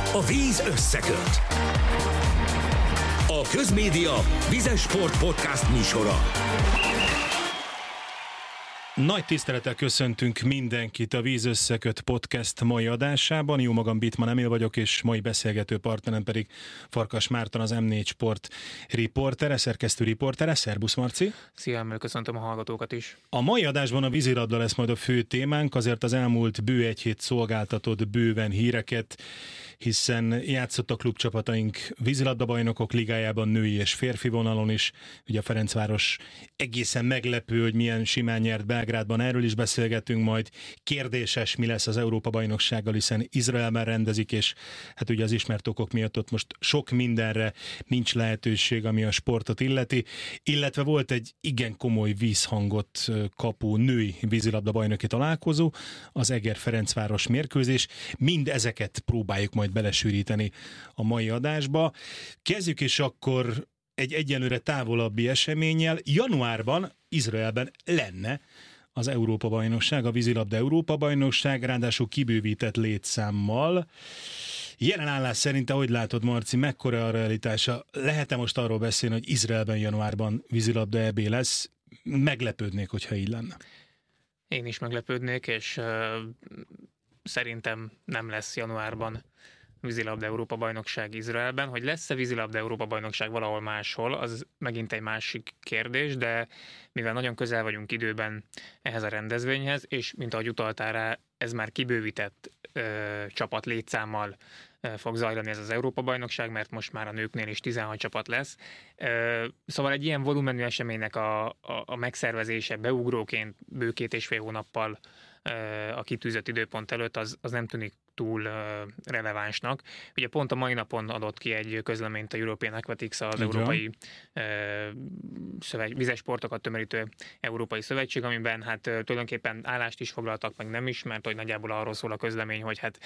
A víz összeköt. A Közmédia Vizes Sport Podcast műsora. Nagy tisztelettel köszöntünk mindenkit a Víz Összeköt podcast mai adásában. Jó magam, Bittman Emil vagyok, és mai beszélgető partnerem pedig Farkas Márton, az M4 Sport riportere, szerkesztő riportere. Szerbusz, Marci! Szia, Emil, köszöntöm a hallgatókat is. A mai adásban a vízilabda lesz majd a fő témánk, azért az elmúlt bő egy hét szolgáltatott bőven híreket, hiszen játszott a klubcsapataink vízilabdabajnokok ligájában női és férfi vonalon is. Ugye a Ferencváros egészen meglepő, hogy milyen simán nyert Belgrádban, erről is beszélgetünk majd. Kérdéses, mi lesz az Európa-bajnoksággal, hiszen Izraelben rendezik, és hát ugye az ismert okok miatt ott most sok mindenre nincs lehetőség, ami a sportot illeti. Illetve volt egy igen komoly vízhangot kapó női vízilabdabajnoki találkozó, az Eger-Ferencváros mérkőzés. Mind ezeket próbáljuk majd belesűríteni a mai adásba. Kezdjük is akkor egy egyenlőre távolabbi eseménnyel. Januárban Izraelben lenne az Európa-bajnokság, a vízilabda Európa-bajnokság, ráadásul kibővített létszámmal. Jelen állás szerint, ahogy látod, Marci, mekkora a realitása? Lehet-e most arról beszélni, hogy Izraelben januárban vízilabda EB lesz? Meglepődnék, hogyha így lenne. Én is meglepődnék, és szerintem nem lesz januárban vízilabda Európa-bajnokság Izraelben. Hogy lesz-e vízilabda Európa-bajnokság valahol máshol, az megint egy másik kérdés, de mivel nagyon közel vagyunk időben ehhez a rendezvényhez, és mint ahogy utaltál rá, ez már kibővített csapat létszámmal fog zajlani ez az Európa-bajnokság, mert most már a nőknél is 16 csapat lesz. Szóval egy ilyen volumenű eseménynek a megszervezése beugróként bő 2,5 hónappal a kitűzött időpont előtt, az nem tűnik túl relevánsnak. Ugye pont a mai napon adott ki egy közleményt a European Aquatics, az Európai Vizes Sportokat tömörítő Európai Szövetség, amiben hát tulajdonképpen állást is foglaltak, meg nem is, mert hogy nagyjából arról szól a közlemény, hogy hát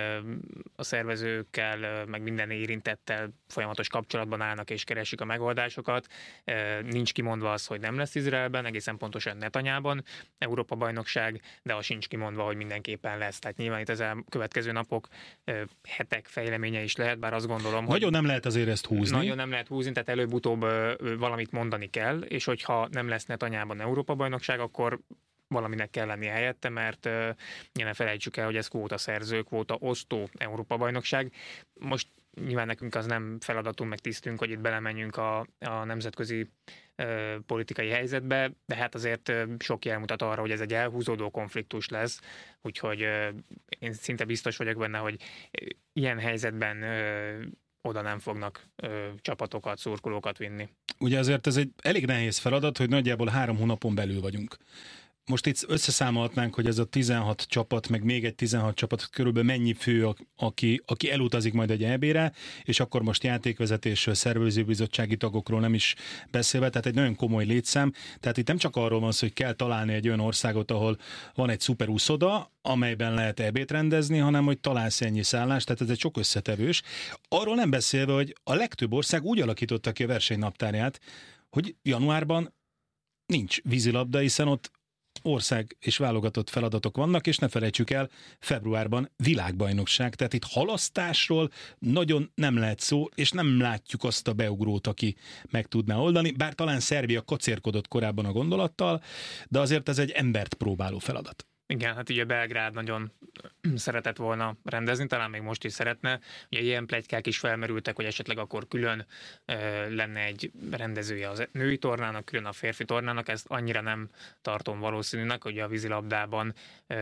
a szervezőkkel, meg minden érintettel folyamatos kapcsolatban állnak és keresik a megoldásokat. Nincs kimondva az, hogy nem lesz Izraelben, egészen pontosan Netanyában Európa-bajnokság, de az sincs kimondva, hogy mindenképpen lesz. Tehát nyilván itt az következő napok, hetek fejleménye is lehet, bár azt gondolom, hogy... Nagyon nem lehet azért ezt húzni. Nagyon nem lehet húzni, tehát előbb-utóbb valamit mondani kell, és hogyha nem lesz Netanyában Európa-bajnokság, akkor valaminek kell lennie helyette, mert ne felejtsük el, hogy ez kvótaszerző, kvótaosztó Európa-bajnokság. Most nyilván nekünk az nem feladatunk, meg tisztünk, hogy itt belemenjünk a nemzetközi politikai helyzetbe, de hát azért sok jel mutat arra, hogy ez egy elhúzódó konfliktus lesz, úgyhogy én szinte biztos vagyok benne, hogy ilyen helyzetben oda nem fognak csapatokat, szurkolókat vinni. Ugye azért ez egy elég nehéz feladat, hogy nagyjából 3 hónapon belül vagyunk. Most itt összeszámolhatnánk, hogy ez a 16 csapat, meg még egy 16 csapat körülbelül mennyi fő, aki elutazik majd egy EB-re, és akkor most játékvezetésről, szervezőbizottsági tagokról nem is beszélve, tehát egy nagyon komoly létszám. Tehát itt nem csak arról van szó, hogy kell találni egy olyan országot, ahol van egy szuper úszoda, amelyben lehet EB-t rendezni, hanem hogy találsz ennyi szállást, tehát ez egy sok összetevős. Arról nem beszélve, hogy a legtöbb ország úgy alakította ki a versenynaptárját, hogy januárban nincs vízilabda, hiszen ott ország és válogatott feladatok vannak, és ne felejtsük el, februárban világbajnokság, tehát itt halasztásról nagyon nem lehet szó, és nem látjuk azt a beugrót, aki meg tudná oldani, bár talán Szerbia kacérkodott korábban a gondolattal, de azért ez egy embert próbáló feladat. Igen, hát ugye Belgrád nagyon szeretett volna rendezni, talán még most is szeretne. Ugye ilyen pletykák is felmerültek, hogy esetleg akkor külön lenne egy rendezője az női tornának, külön a férfi tornának. Ezt annyira nem tartom valószínűnek, hogy a vízilabdában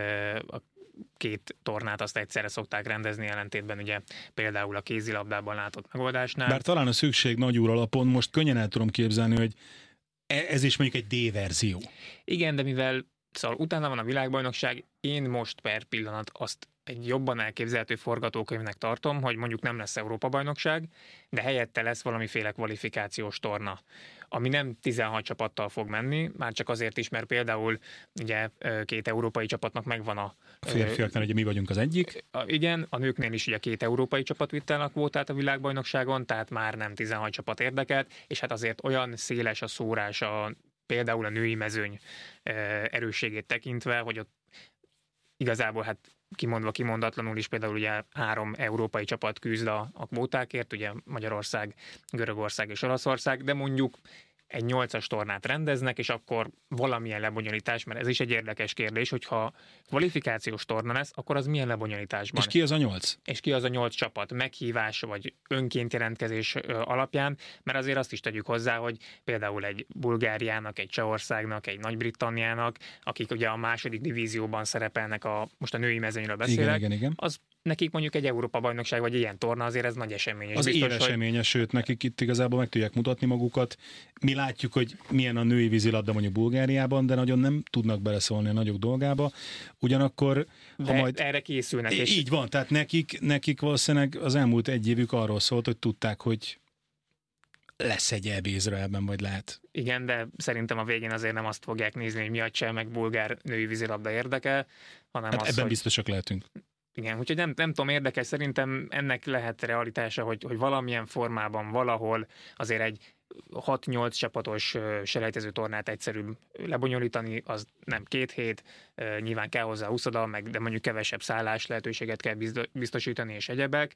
a 2 tornát azt egyszerre szokták rendezni, ellentétben ugye például a kézilabdában látott megoldásnál. Bár talán a szükség nagy úr alapon most könnyen el tudom képzelni, hogy ez is mondjuk egy D-verzió. Igen, de mivel szóval utána van a világbajnokság, én most per pillanat azt egy jobban elképzelhető forgatókönyvnek tartom, hogy mondjuk nem lesz Európa-bajnokság, de helyette lesz valamiféle kvalifikációs torna, ami nem 16 csapattal fog menni, már csak azért is, mert például ugye 2 európai csapatnak megvan a férfiaknál, ugye mi vagyunk az egyik. Igen, a nőknél is ugye 2 európai csapat vitte el a kvótát a világbajnokságon, tehát már nem 16 csapat érdekelt, és hát azért olyan széles a szórás például a női mezőny erősségét tekintve, hogy ott igazából hát kimondva kimondatlanul is például ugye 3 európai csapat küzd a kvótákért, ugye Magyarország, Görögország és Olaszország, de mondjuk egy 8-as tornát rendeznek, és akkor valamilyen lebonyolítás, mert ez is egy érdekes kérdés, hogyha kvalifikációs torna lesz, akkor az milyen lebonyolításban? És ki az a 8? És ki az a 8 csapat? Meghívás vagy önként jelentkezés alapján, mert azért azt is tegyük hozzá, hogy például egy Bulgáriának, egy Csehországnak, egy Nagy-Britanniának, akik ugye a második divízióban szerepelnek, most a női mezőnyről beszélek, igen. Az nekik mondjuk egy Európa-bajnokság vagy ilyen torna azért ez nagy esemény. Az éveseménye, sőt, nekik itt igazából meg tudják mutatni magukat. Mi látjuk, hogy milyen a női vízilabda mondjuk Bulgáriában, de nagyon nem tudnak beleszólni a nagyok dolgába. Ugyanakkor, ha majd... erre készülnek. Így van, tehát nekik valószínűleg az elmúlt egy évük arról szólt, hogy tudták, hogy lesz egy EB Izraelben, vagy lehet. Igen, de szerintem a végén azért nem azt fogják nézni, hogy mi a cseh meg bulgár női vízilabda érdekel, hanem hát az, ebben hogy... biztosak lehetünk. Igen, úgyhogy nem tudom, érdekes, szerintem ennek lehet realitása, hogy valamilyen formában valahol azért egy 6-8 csapatos selejtező tornát egyszerűbb lebonyolítani, az nem 2 hét, nyilván kell hozzá úszoda, de mondjuk kevesebb szállás lehetőséget kell biztosítani és egyebek.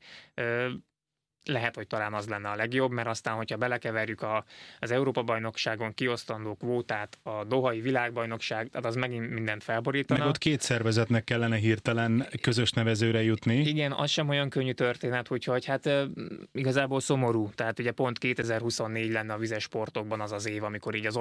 Lehet, hogy talán az lenne a legjobb, mert aztán, hogyha belekeverjük az Európa-bajnokságon kiosztandó kvótát, a dohai világbajnokság, tehát az megint mindent felborítana. Meg ott 2 szervezetnek kellene hirtelen közös nevezőre jutni. Igen, az sem olyan könnyű történet, úgyhogy hát igazából szomorú. Tehát ugye pont 2024 lenne a vizes sportokban az az év, amikor így az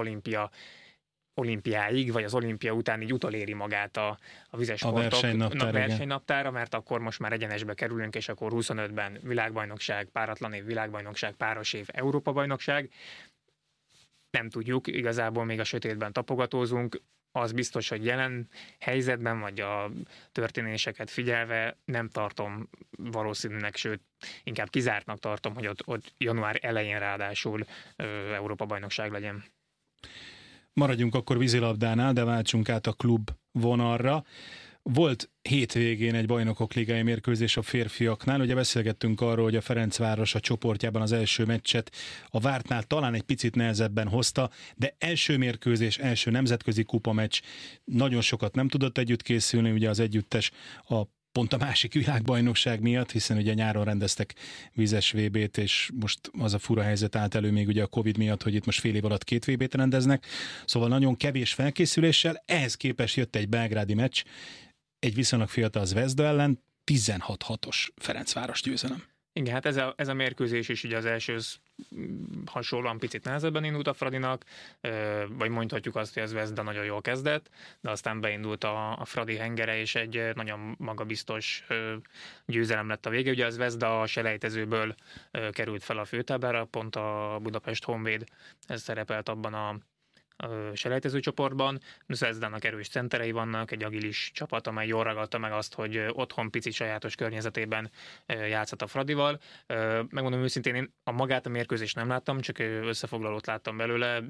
olimpiáig, vagy az olimpia után így utoléri magát a vizes sportok versenynaptára, mert akkor most már egyenesbe kerülünk, és akkor 25-ben világbajnokság, páratlan év világbajnokság, páros év Európa-bajnokság. Nem tudjuk, igazából még a sötétben tapogatózunk. Az biztos, hogy jelen helyzetben, vagy a történéseket figyelve nem tartom valószínűnek, sőt, inkább kizártnak tartom, hogy ott január elején ráadásul Európa-bajnokság legyen. Maradjunk akkor vízilabdánál, de váltsunk át a klub vonalra. Volt hétvégén egy bajnokok ligája mérkőzés a férfiaknál. Ugye beszélgettünk arról, hogy a Ferencváros a csoportjában az első meccset a vártnál talán egy picit nehezebben hozta, de első mérkőzés, első nemzetközi kupa meccs, nagyon sokat nem tudott együtt készülni, ugye az együttes pont a másik világbajnokság miatt, hiszen ugye nyáron rendeztek vízes VB-t, és most az a fura helyzet állt elő még ugye a Covid miatt, hogy itt most fél év alatt 2 VB-t rendeznek, szóval nagyon kevés felkészüléssel, ehhez képest jött egy belgrádi meccs, egy viszonylag fiatal Zvezda ellen, 16-6-os Ferencváros győzelem. Igen, hát ez a mérkőzés is ugye az elsőhöz hasonlóan picit nehezebben indult a Fradinak, vagy mondhatjuk azt, hogy az Zvezda nagyon jól kezdett, de aztán beindult a Fradi hengere, és egy nagyon magabiztos győzelem lett a vége. Ugye az Zvezda a selejtezőből került fel a főtáblára, pont a Budapest Honvéd, ez szerepelt abban a selejtező csoportban. Zvezdának erős centerei vannak, egy agilis csapat, amely jól ragadta meg azt, hogy otthon pici sajátos környezetében játszhat a Fradival. Megmondom őszintén, én magát a mérkőzést nem láttam, csak összefoglalót láttam belőle.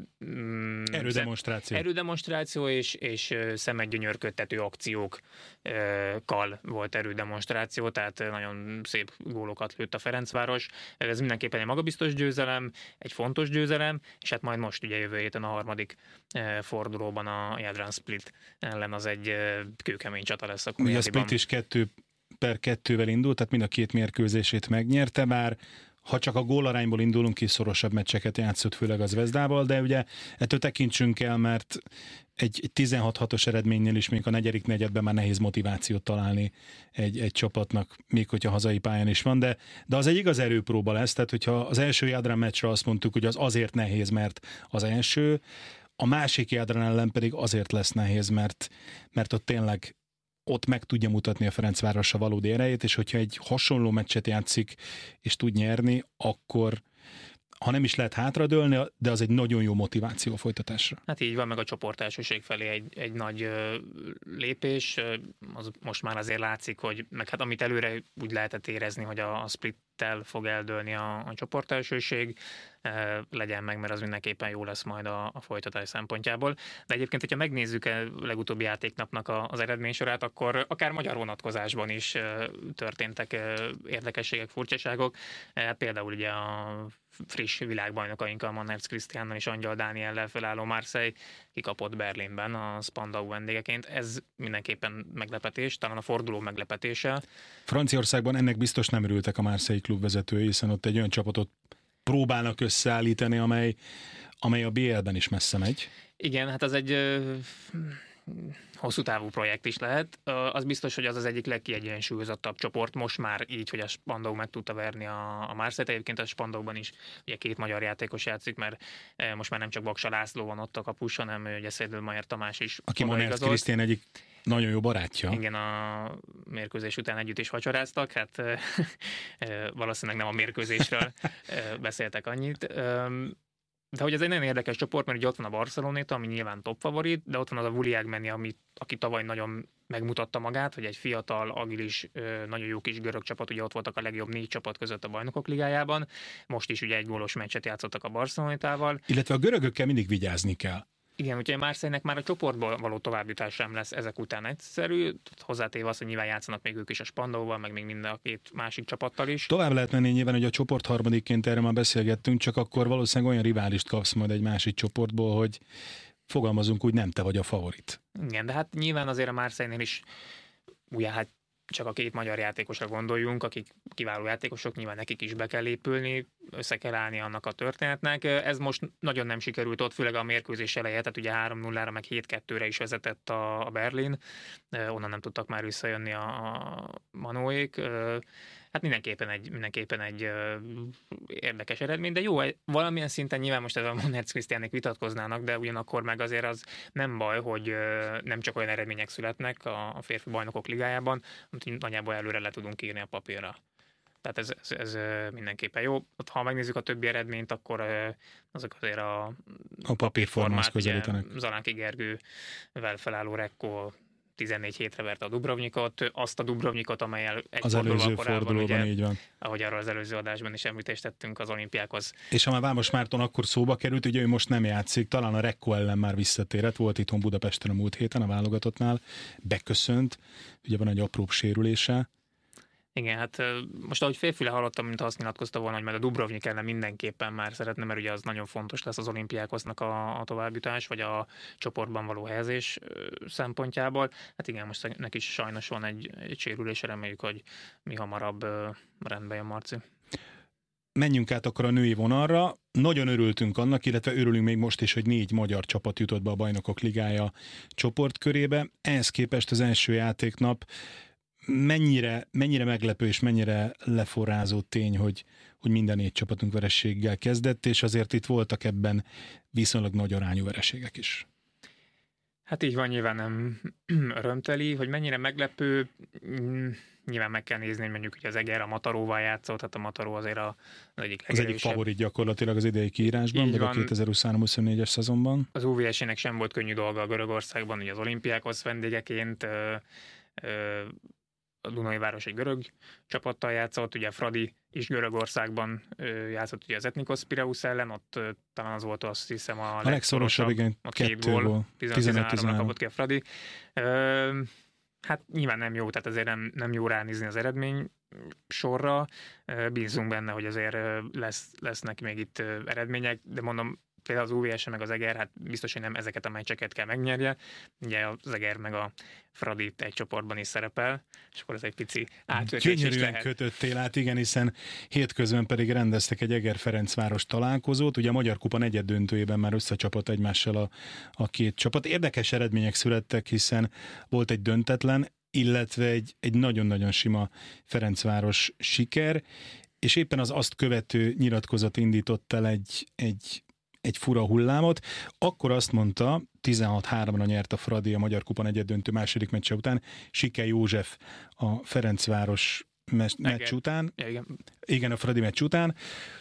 Erődemonstráció és szemedgyönyörködtető akciókkal volt erődemonstráció, tehát nagyon szép gólokat lőtt a Ferencváros. Ez mindenképpen egy magabiztos győzelem, egy fontos győzelem, és hát majd most ugye jövő héten a harmadik fordulóban a Jadran Split ellen az egy kőkemény csata lesz a Komjádiban. Ugye a Split is 2-2-vel indult, tehát mind a 2 mérkőzését megnyerte, bár ha csak a gólarányból indulunk ki, szorosabb meccseket játszott, főleg az Zvezdával, de ugye ettől tekintsünk el, mert egy 16-6-os eredménynél is még a negyedik negyedben már nehéz motivációt találni egy csapatnak, még hogyha hazai pályán is van, de az egy igaz erőpróba lesz, tehát hogyha az első Jadran meccsre azt mondtuk, hogy az azért nehéz, mert az első, a másik Jadran ellen pedig azért lesz nehéz, mert ott tényleg ott meg tudja mutatni a Ferencváros a valódi erejét, és hogyha egy hasonló meccset játszik, és tud nyerni, akkor ha nem is lehet hátradőlni, de az egy nagyon jó motiváció a folytatásra. Hát így van, meg a csoportelsőség felé egy nagy lépés. Az most már azért látszik, hogy meg hát amit előre úgy lehetett érezni, hogy a Split-tel fog eldőlni a csoportelsőség. legyen meg, mert az mindenképpen jó lesz majd a folytatás szempontjából. De egyébként, hogyha megnézzük a legutóbbi játéknapnak az eredménysorát, akkor akár magyar vonatkozásban is történtek érdekességek, furcsaságok. Például ugye a friss világbajnokainkkal, Mannerc Krisztiánnal és Angyal Dániellel felálló Marseille kikapott Berlinben a Spandau vendégeként. Ez mindenképpen meglepetés, talán a forduló meglepetése. Franciaországban ennek biztos nem örültek a Marseille klub vezetői, hiszen ott egy olyan csapatot próbálnak összeállítani, amely a BL-ben is messze megy. Igen, hát az egy hosszú távú projekt is lehet. Az biztos, hogy az az egyik legkiegyensúlyozottabb csoport most már így, hogy a Spandau meg tudta verni a Marseille-t. Egyébként a Spandauban is ugye 2 magyar játékos játszik, mert most már nem csak Baksa László van ott a kapus, hanem ugye Szedlmayer Tamás is. Aki Mannerc Krisztián egyik nagyon jó barátja. Igen, a mérkőzés után együtt is vacsoráztak, hát valószínűleg nem a mérkőzésről beszéltek annyit. De hogy ez egy nagyon érdekes csoport, mert ugye ott van a Barceloneta, ami nyilván top favorit, de ott van az a Vuliagmeni, aki tavaly nagyon megmutatta magát, hogy egy fiatal, agilis, nagyon jó kis görög csapat, ugye ott voltak a legjobb 4 csapat között a Bajnokok Ligájában, most is ugye egy gólos meccset játszottak a Barcelonetával. Illetve a görögökkel mindig vigyázni kell. Igen, úgyhogy Marseille-nek már a csoportból való továbbjutás sem lesz ezek után egyszerű, hozzátéve azt, hogy nyilván játszanak még ők is a Spandauval, meg még mind a 2 másik csapattal is. Tovább lehet menni nyilván, hogy a csoport harmadikként erről már beszélgettünk, csak akkor valószínűleg olyan riválist kapsz majd egy másik csoportból, hogy fogalmazunk úgy, nem te vagy a favorit. Igen, de hát nyilván azért a Marseille-nél is ugye hát csak a 2 magyar játékosra gondoljunk, akik kiváló játékosok, nyilván nekik is be kell épülni, össze kell állni annak a történetnek. Ez most nagyon nem sikerült ott, főleg a mérkőzés eleje, tehát ugye 3-0-ra, meg 7-2-re is vezetett a Berlin, onnan nem tudtak már visszajönni a manóék. Hát mindenképpen egy érdekes eredmény, de jó, valamilyen szinten nyilván most ez a Mannerc Krisztiánék vitatkoznának, de ugyanakkor meg azért az nem baj, hogy nem csak olyan eredmények születnek a férfi bajnokok ligájában, amit nagyjából előre le tudunk írni a papírra. Tehát ez mindenképpen jó. Ha megnézzük a többi eredményt, akkor azok azért a papírformát közelítenek. Zalánki Gergővel felálló Rekko 14 hétre verte a Dubrovnikot, azt a Dubrovnikot, amelyel az előző fordulóban ugye, így van. Ahogy arról az előző adásban is említést tettünk az Olimpiákhoz. És ha már Vámos Márton akkor szóba került, ugye ő most nem játszik, talán a Rekko ellen már visszatérett, volt itthon Budapesten a múlt héten a válogatottnál, beköszönt, ugye van egy apróbb sérülése. Igen, hát most ahogy félfüle hallottam, mint azt nyilatkozta volna, hogy majd a Dubrovnik ellen mindenképpen már szeretne, mert ugye az nagyon fontos lesz az Olimpiákosznak a továbbjutás, vagy a csoportban való helyezés szempontjából. Hát igen, most neki is sajnos van egy sérülése, reméljük, hogy mi hamarabb rendbe jön, Marci. Menjünk át akkor a női vonalra. Nagyon örültünk annak, illetve örülünk még most is, hogy 4 magyar csapat jutott be a Bajnokok Ligája csoportkörébe. Ehhez képest az első játéknap mennyire meglepő és mennyire leforrázó tény, hogy minden 4 csapatunk vereséggel kezdett, és azért itt voltak ebben viszonylag nagy arányú vereségek is. Hát így van, nyilván nem örömteli, hogy mennyire meglepő, nyilván meg kell nézni, hogy mondjuk hogy az Eger a Mataróval játszott, tehát a Mataró azért az egyik favorit gyakorlatilag az idei kiírásban, vagy a 2023-24-es szezonban. Az UVS-ének sem volt könnyű dolga a Görögországban, ugye az Olimpiákos vendégeként, a Dunajváros egy görög csapattal játszott, ugye Fradi is Görögországban játszott ugye az Ethnikos Pireus ellen, ott talán az volt, azt hiszem a legszorosabb, igen, a 2 gól, 15-13-ra kapott ki a Fradi. Hát nyilván nem jó, tehát azért nem jó ránézni az eredmény sorra. Bízunk benne, hogy azért lesznek még itt eredmények, de mondom, például az UVS meg az Eger, hát biztos, hogy nem ezeket a meccseket kell megnyerje. Ugye az Eger meg a Fradi egy csoportban is szerepel, és akkor ez egy pici átvetés is gyönyörűen lehet. kötöttél át, igen, hiszen hétközben pedig rendeztek egy Eger-Ferencváros találkozót, ugye a Magyar Kupa negyeddöntőjében már összecsapott egymással a 2 csapat. Érdekes eredmények születtek, hiszen volt egy döntetlen, illetve egy nagyon-nagyon sima Ferencváros siker, és éppen az azt követő nyilatkozat indított el egy fura hullámot. Akkor azt mondta, 16-3-ra nyert a Fradi a Magyar Kupa negyeddöntő második meccse után, Sike József a Ferencváros meccs után, Ja, igen, a Fradi meccs után,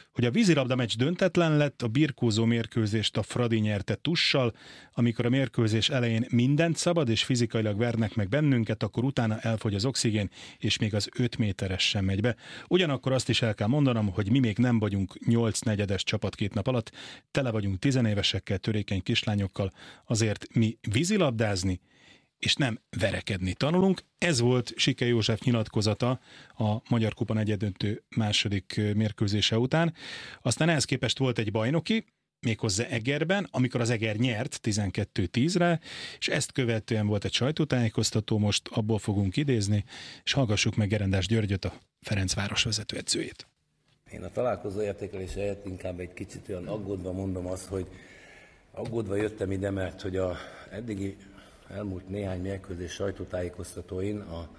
hogy a vízilabda meccs döntetlen lett, a birkózó mérkőzést a Fradi nyerte tussal, amikor a mérkőzés elején mindent szabad és fizikailag vernek meg bennünket, akkor utána elfogy az oxigén, és még az 5 méteres sem megy be. Ugyanakkor azt is el kell mondanom, hogy mi még nem vagyunk 8 negyedes csapat 2 nap alatt, tele vagyunk 10 évesekkel, törékeny kislányokkal, azért mi vízilabdázni és nem verekedni tanulunk. Ez volt Sike József nyilatkozata a Magyar Kupa negyeddöntő második mérkőzése után. Aztán ehhez képest volt egy bajnoki, méghozzá Egerben, amikor az Eger nyert 12-10-re, és ezt követően volt egy sajtótájékoztató, most abból fogunk idézni, és hallgassuk meg Gerendás Györgyöt, a Ferencváros vezetőedzőjét. Én a találkozó értékelés helyett inkább egy kicsit olyan aggódva mondom azt, hogy aggódva jöttem ide, mert hogy a eddigi elmúlt néhány mérkőzés sajtótájékoztatóin a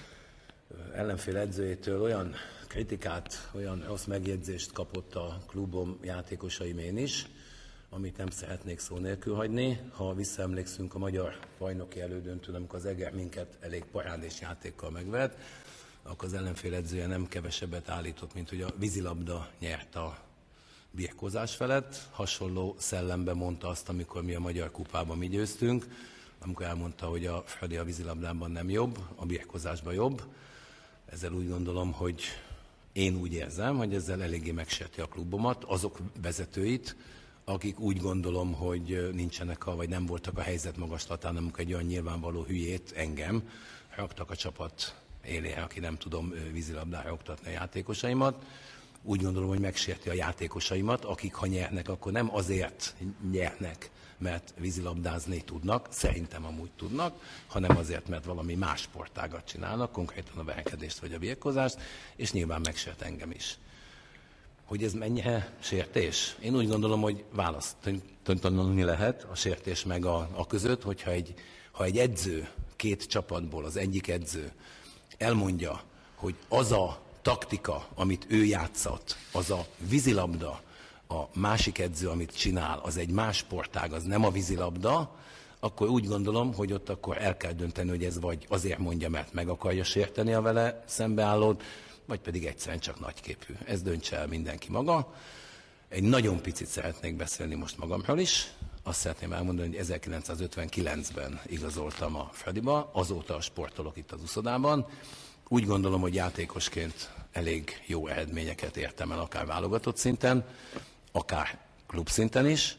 ellenfél edzőjétől olyan kritikát, olyan rossz megjegyzést kapott a klubom játékosaim én is, amit nem szeretnék szó nélkül hagyni. Ha visszaemlékszünk a magyar bajnoki elődöntőn, amikor az Eger minket elég parádés játékkal megvert, akkor az ellenfél edzője nem kevesebbet állított, mint hogy a vízilabda nyert a birkózás felett. Hasonló szellemben mondta azt, amikor mi a Magyar Kupában mi győztünk, amikor elmondta, hogy a Fradi a vízilabdában nem jobb, a birkózásban jobb. Ezzel úgy gondolom, hogy én úgy érzem, hogy ezzel eléggé megsérti a klubomat, azok vezetőit, akik úgy gondolom, hogy nincsenek, vagy nem voltak a helyzet magaslatán, amikor egy olyan nyilvánvaló hülyét, engem, raktak a csapat élére, aki nem tudom vízilabdára oktatni a játékosaimat. Úgy gondolom, hogy megsérti a játékosaimat, akik ha nyernek, akkor nem azért nyernek, mert vízilabdázni tudnak, szerintem amúgy tudnak, hanem azért, mert valami más sportágat csinálnak, konkrétan a verekedést vagy a birkózást, és nyilván megsért engem is. Hogy ez mennyire sértés? Én úgy gondolom, hogy választani lehet a sértés meg a között, hogyha ha egy edző, 2 csapatból az egyik edző elmondja, hogy az a taktika, amit ő játszott, az a vízilabda, a másik edző, amit csinál, az egy más sportág, az nem a vízilabda, akkor úgy gondolom, hogy ott akkor el kell dönteni, hogy ez vagy azért mondja, mert meg akarja sérteni a vele szembeállót, vagy pedig egyszerűen csak nagyképű. Ez döntse el mindenki maga. Egy nagyon picit szeretnék beszélni most magamról is. Azt szeretném elmondani, hogy 1959-ben igazoltam a Fradiba, azóta sportolok itt az uszodában. Úgy gondolom, hogy játékosként elég jó eredményeket értem el, akár válogatott szinten, akár klubszinten is.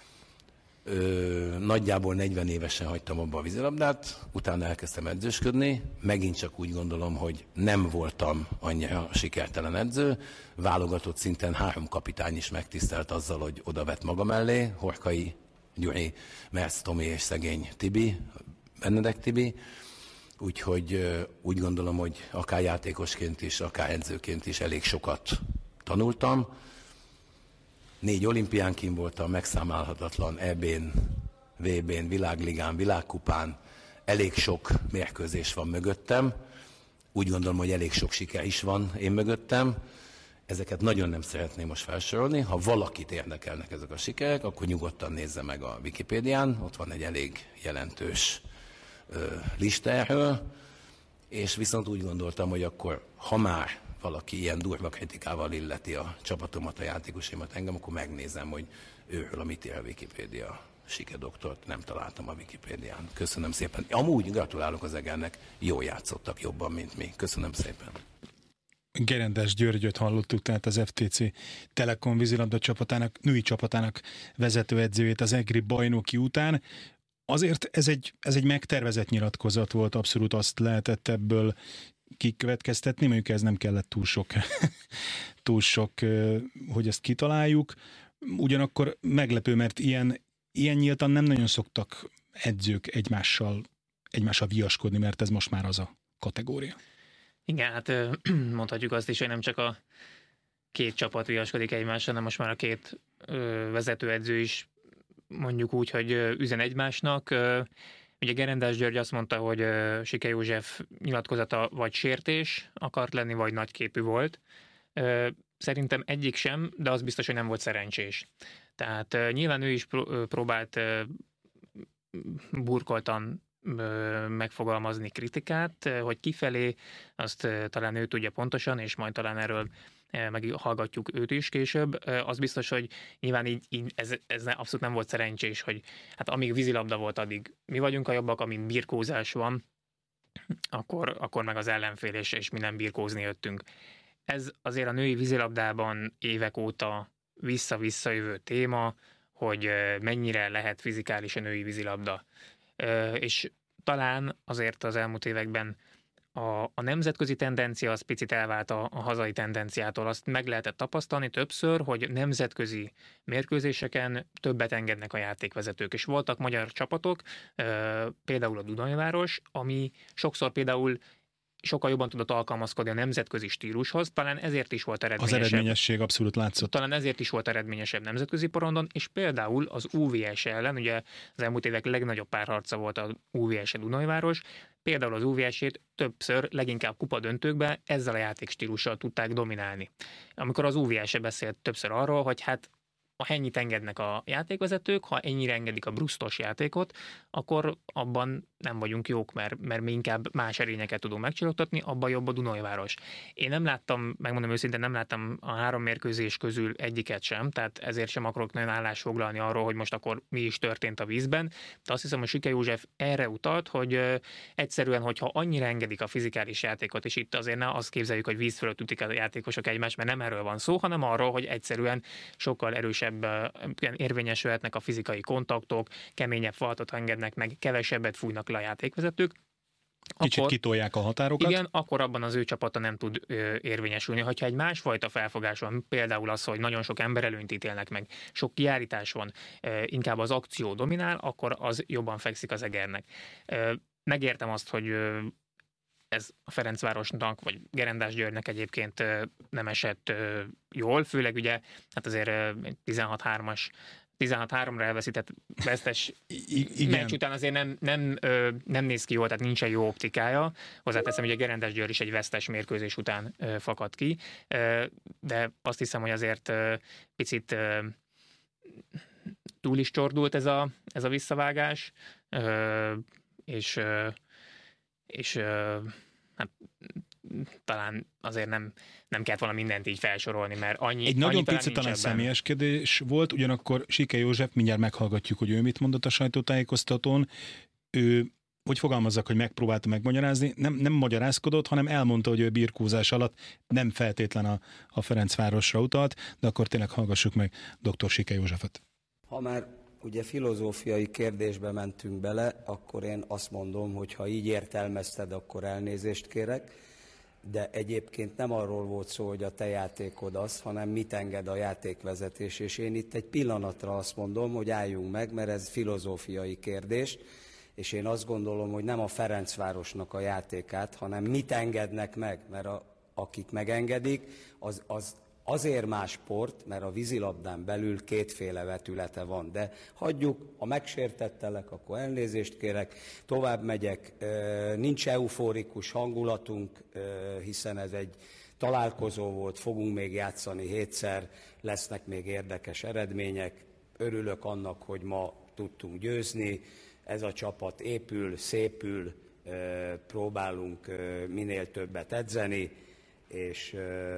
Nagyjából 40 évesen hagytam abba a vízilabdát, utána elkezdtem edzősködni, megint csak úgy gondolom, hogy nem voltam annyira sikertelen edző, válogatott szinten 3 kapitány is megtisztelt azzal, hogy odavett maga mellé, Horkai Gyuri, Mersz Tomi és szegény Tibi, Benedek Tibi, úgyhogy úgy gondolom, hogy akár játékosként is, akár edzőként is elég sokat tanultam. 4 olimpián kint voltam, megszámálhatatlan EB-n, VB-n, világligán, világkupán. Elég sok mérkőzés van mögöttem. Úgy gondolom, hogy elég sok siker is van én mögöttem. Ezeket nagyon nem szeretném most felsorolni. Ha valakit érdekelnek ezek a sikerek, akkor nyugodtan nézze meg a Wikipédián. Ott van egy elég jelentős lista erről. És viszont úgy gondoltam, hogy akkor, ha már valaki ilyen durva kritikával illeti a csapatomat, a játékosaimat, engem, akkor megnézem, hogy őről mit ír a Wikipédia. Sike doktort nem találtam a Wikipédián. Köszönöm szépen. Amúgy gratulálok az Egernek, jól játszottak, jobban, mint mi. Köszönöm szépen. Gerendás Györgyöt hallottuk, tehát az FTC Telekom vízilabda csapatának, női csapatának vezetőedzőjét az egri bajnoki után. Azért ez egy megtervezett nyilatkozat volt, abszolút azt lehetett ebből kikövetkeztetni, mondjuk ez nem kellett túl sok, hogy ezt kitaláljuk. Ugyanakkor meglepő, mert ilyen nyíltan nem nagyon szoktak edzők egymással viaskodni, mert ez most már az a kategória. Igen, hát mondhatjuk azt is, hogy nem csak a 2 csapat viaskodik egymással, hanem most már a 2 vezetőedző is mondjuk úgy, hogy üzen egymásnak. Ugye Gerendás György azt mondta, hogy Sike József nyilatkozata vagy sértés akart lenni, vagy nagyképű volt. Szerintem egyik sem, de az biztos, hogy nem volt szerencsés. Tehát nyilván ő is próbált burkoltan megfogalmazni kritikát, hogy kifelé, azt talán ő tudja pontosan, és majd talán erről meghallgatjuk őt is később. Az biztos, hogy nyilván így ez abszolút nem volt szerencsés, hogy hát amíg vízilabda volt, addig mi vagyunk a jobbak, amint birkózás van, akkor meg az ellenfél, és mi nem birkózni jöttünk. Ez azért a női vízilabdában évek óta vissza-visszajövő téma, hogy mennyire lehet fizikális a női vízilabda. És talán azért az elmúlt években a nemzetközi tendencia az picit elvált a hazai tendenciától. Azt meg lehetett tapasztalni többször, hogy nemzetközi mérkőzéseken többet engednek a játékvezetők. És voltak magyar csapatok, például a Dunajváros, ami sokszor például sokkal jobban tudott alkalmazkodni a nemzetközi stílushoz, talán ezért is volt eredményesebb. Az eredményesség abszolút látszott. Talán ezért is volt eredményesebb nemzetközi porondon, és például az UVS ellen, ugye az elmúlt évek legnagyobb párharca volt az UVS Dunajváros, például az UVS-ét többször, leginkább kupadöntőkben ezzel a játékstílussal tudták dominálni. Amikor az UVS beszélt többször arról, hogy hát ha ennyit engednek a játékvezetők, ha ennyire engedik a brusztos játékot, akkor abban nem vagyunk jók, mert mi inkább más erényeket tudunk megcsillogtatni, abban jobb a Dunajváros. Én nem láttam, megmondom őszintén, nem láttam a 3 mérkőzés közül egyiket sem, tehát ezért sem akarok nagyon állást foglalni arról, hogy most akkor mi is történt a vízben. De azt hiszem, hogy Sike József erre utalt, hogy egyszerűen, hogyha annyira engedik a fizikális játékot, és itt azért ne azt képzeljük, hogy víz fölött ütik a játékosok egymást, mert nem erről van szó, hanem arról, hogy egyszerűen sokkal erősebb érvényesülhetnek a fizikai kontaktok, keményebb faltot engednek meg, kevesebbet fújnak le a játékvezetők. Kicsit kitolják a határokat. Igen, akkor abban az ő csapata nem tud érvényesülni. Ha egy másfajta felfogás van, például az, hogy nagyon sok emberelőnyt ítélnek meg, sok kiárítás van, inkább az akció dominál, akkor az jobban fekszik az egernek. Megértem azt, hogy ez a Ferencvárosnak, vagy Gerendás Györgynek egyébként nem esett jól, főleg ugye, hát azért 16-3-ra elveszített vesztes meccs után azért nem néz ki jól, tehát nincsen jó optikája. Hozzáteszem, hogy a Gerendás György is egy vesztes mérkőzés után fakad ki, de azt hiszem, hogy azért picit túl is csordult ez a visszavágás, és hát talán azért nem kellett volna mindent így felsorolni, mert egy nagyon picit talán személyeskedés volt, ugyanakkor Sike József, mindjárt meghallgatjuk, hogy ő mit mondott a sajtótájékoztatón. Ő, hogy fogalmazzak, hogy megpróbálta megmagyarázni, nem magyarázkodott, hanem elmondta, hogy ő birkózás alatt nem feltétlen a Ferencvárosra utalt, de akkor tényleg hallgassuk meg dr. Sike Józsefet. Ha már ugye filozófiai kérdésbe mentünk bele, akkor én azt mondom, hogy ha így értelmezted, akkor elnézést kérek, de egyébként nem arról volt szó, hogy a te játékod az, hanem mit enged a játékvezetés, és én itt egy pillanatra azt mondom, hogy álljunk meg, mert ez filozófiai kérdés, és én azt gondolom, hogy nem a Ferencvárosnak a játékát, hanem mit engednek meg, mert akik megengedik, az azért más sport, mert a vízilabdán belül kétféle vetülete van, de hagyjuk, ha megsértettelek, akkor elnézést kérek, tovább megyek, nincs eufórikus hangulatunk, hiszen ez egy találkozó volt, fogunk még játszani 7-szer, lesznek még érdekes eredmények, örülök annak, hogy ma tudtunk győzni, ez a csapat épül, szépül, próbálunk minél többet edzeni, és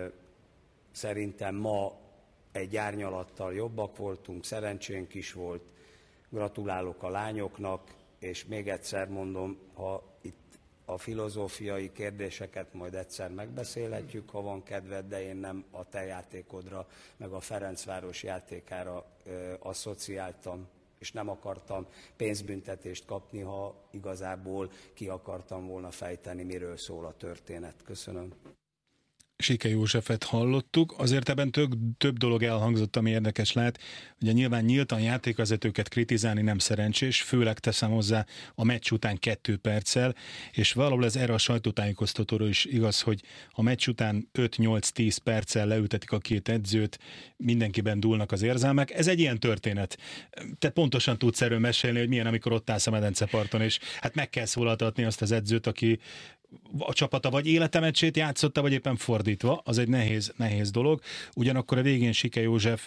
szerintem ma egy árnyalattal jobbak voltunk, szerencsénk is volt, gratulálok a lányoknak, és még egyszer mondom, ha itt a filozófiai kérdéseket majd egyszer megbeszélhetjük, ha van kedved, de én nem a te játékodra, meg a Ferencváros játékára asszociáltam, és nem akartam pénzbüntetést kapni, ha igazából ki akartam volna fejteni, miről szól a történet. Köszönöm. Sike Józsefet hallottuk, azért ebben több dolog elhangzott, ami érdekes lehet. Ugye nyilván nyíltan játékvezetőket kritizálni nem szerencsés, főleg teszem hozzá a meccs után 2 perccel, és valahol ez erre a sajtótájékoztatóra is igaz, hogy a meccs után 5-8-10 perccel leültetik a 2 edzőt, mindenkiben dúlnak az érzelmek. Ez egy ilyen történet. Te pontosan tudsz erről mesélni, hogy milyen, amikor ott állsz a medenceparton, és hát meg kell szólaltatni azt az edzőt, aki a csapata vagy életemeccsét játszotta, vagy éppen fordítva, az egy nehéz dolog. Ugyanakkor a végén Sike József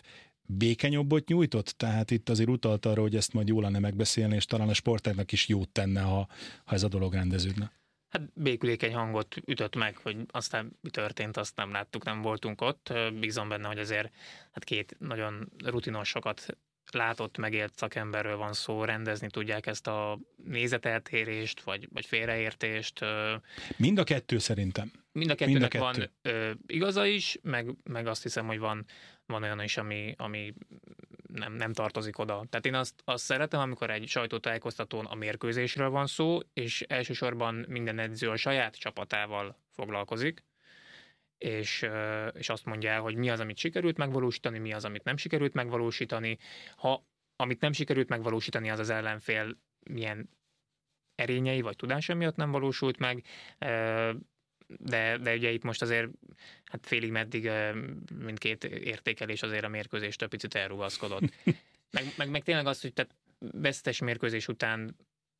békenyobbot nyújtott? Tehát itt azért utalt arra, hogy ezt majd jól lenne megbeszélni, és talán a sportágnak is jót tenne, ha ez a dolog rendeződne. Hát békülékeny hangot ütött meg, hogy aztán mi történt, azt nem láttuk, nem voltunk ott. Bízom benne, hogy azért hát két nagyon rutinosokat látott, megélt szakemberről van szó, rendezni tudják ezt a nézeteltérést, vagy félreértést. Mind a kettő szerintem. Mind a kettőnek van igaza is, meg azt hiszem, hogy van olyan is, ami nem tartozik oda. Tehát én azt szeretem, amikor egy sajtótájékoztatón a mérkőzésről van szó, és elsősorban minden edző a saját csapatával foglalkozik, és azt mondja el, hogy mi az, amit sikerült megvalósítani, mi az, amit nem sikerült megvalósítani. Ha amit nem sikerült megvalósítani, az ellenfél milyen erényei vagy tudása miatt nem valósult meg, de ugye itt most azért hát félig meddig mindkét értékelés azért a mérkőzéstől picit elrugaszkodott. meg tényleg az, hogy tehát vesztes mérkőzés után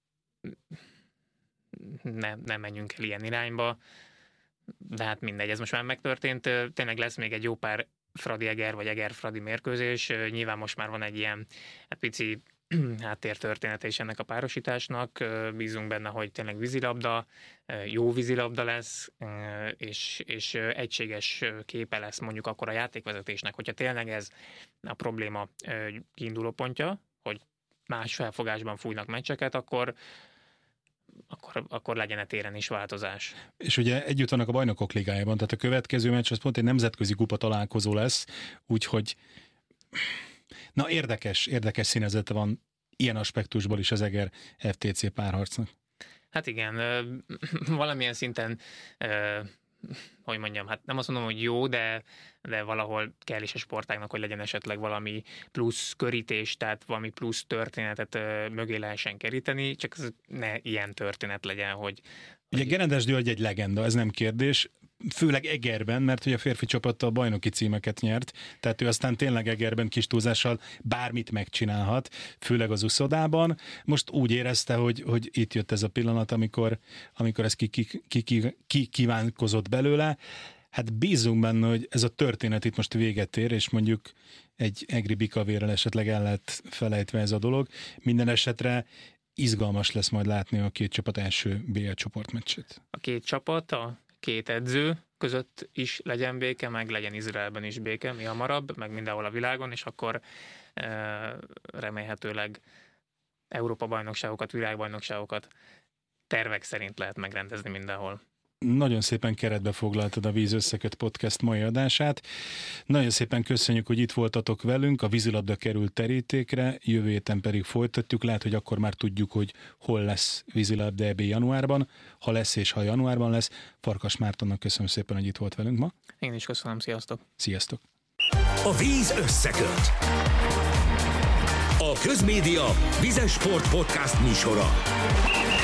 nem menjünk el ilyen irányba, de hát mindegy, ez most már megtörtént. Tényleg lesz még egy jó pár Fradi-Eger vagy Eger-Fradi mérkőzés. Nyilván most már van egy ilyen pici háttértörténete is ennek a párosításnak. Bízunk benne, hogy tényleg vízilabda, jó vízilabda lesz, és egységes képe lesz mondjuk akkor a játékvezetésnek. Hogyha tényleg ez a probléma kiindulópontja, hogy más felfogásban fújnak meccseket, akkor legyen a téren is változás. És ugye együtt vannak a Bajnokok Ligájában, tehát a következő meccs az pont egy nemzetközi kupa találkozó lesz, úgyhogy na érdekes színezete van ilyen aspektusból is az Eger FTC párharcnak. Hát igen, valamilyen szinten hogy mondjam, hát nem azt mondom, hogy jó, de valahol kell is a sportágnak, hogy legyen esetleg valami plusz körítés, tehát valami plusz történetet mögé lehessen keríteni, csak ez ne ilyen történet legyen, hogy... Ugye Gerendes György egy legenda, ez nem kérdés, főleg Egerben, mert hogy a férfi csapattal bajnoki címeket nyert, tehát ő aztán tényleg Egerben kis túlzással bármit megcsinálhat, főleg az uszodában. Most úgy érezte, hogy itt jött ez a pillanat, amikor ez kívánkozott belőle. Hát bízunk benne, hogy ez a történet itt most véget ér, és mondjuk egy egri bikavérrel esetleg el lett felejtve ez a dolog. Minden esetre izgalmas lesz majd látni a két csapat első BL csoportmeccsét. A két csapat, a két edző között is legyen béke, meg legyen Izraelben is béke, mi hamarabb, meg mindenhol a világon, és akkor remélhetőleg Európa-bajnokságokat, világbajnokságokat tervek szerint lehet megrendezni mindenhol. Nagyon szépen keretbe foglaltad a Víz Összeköt podcast mai adását. Nagyon szépen köszönjük, hogy itt voltatok velünk. A vízilabda került terítékre, jövő héten pedig folytatjuk. Lehet, hogy akkor már tudjuk, hogy hol lesz vízilabda EB januárban. Ha lesz és ha januárban lesz. Farkas Mártonnak köszönöm szépen, hogy itt volt velünk ma. Én is köszönöm, sziasztok! Sziasztok! A Víz Összeköt. A Közmédia Vizes Sport Podcast műsora.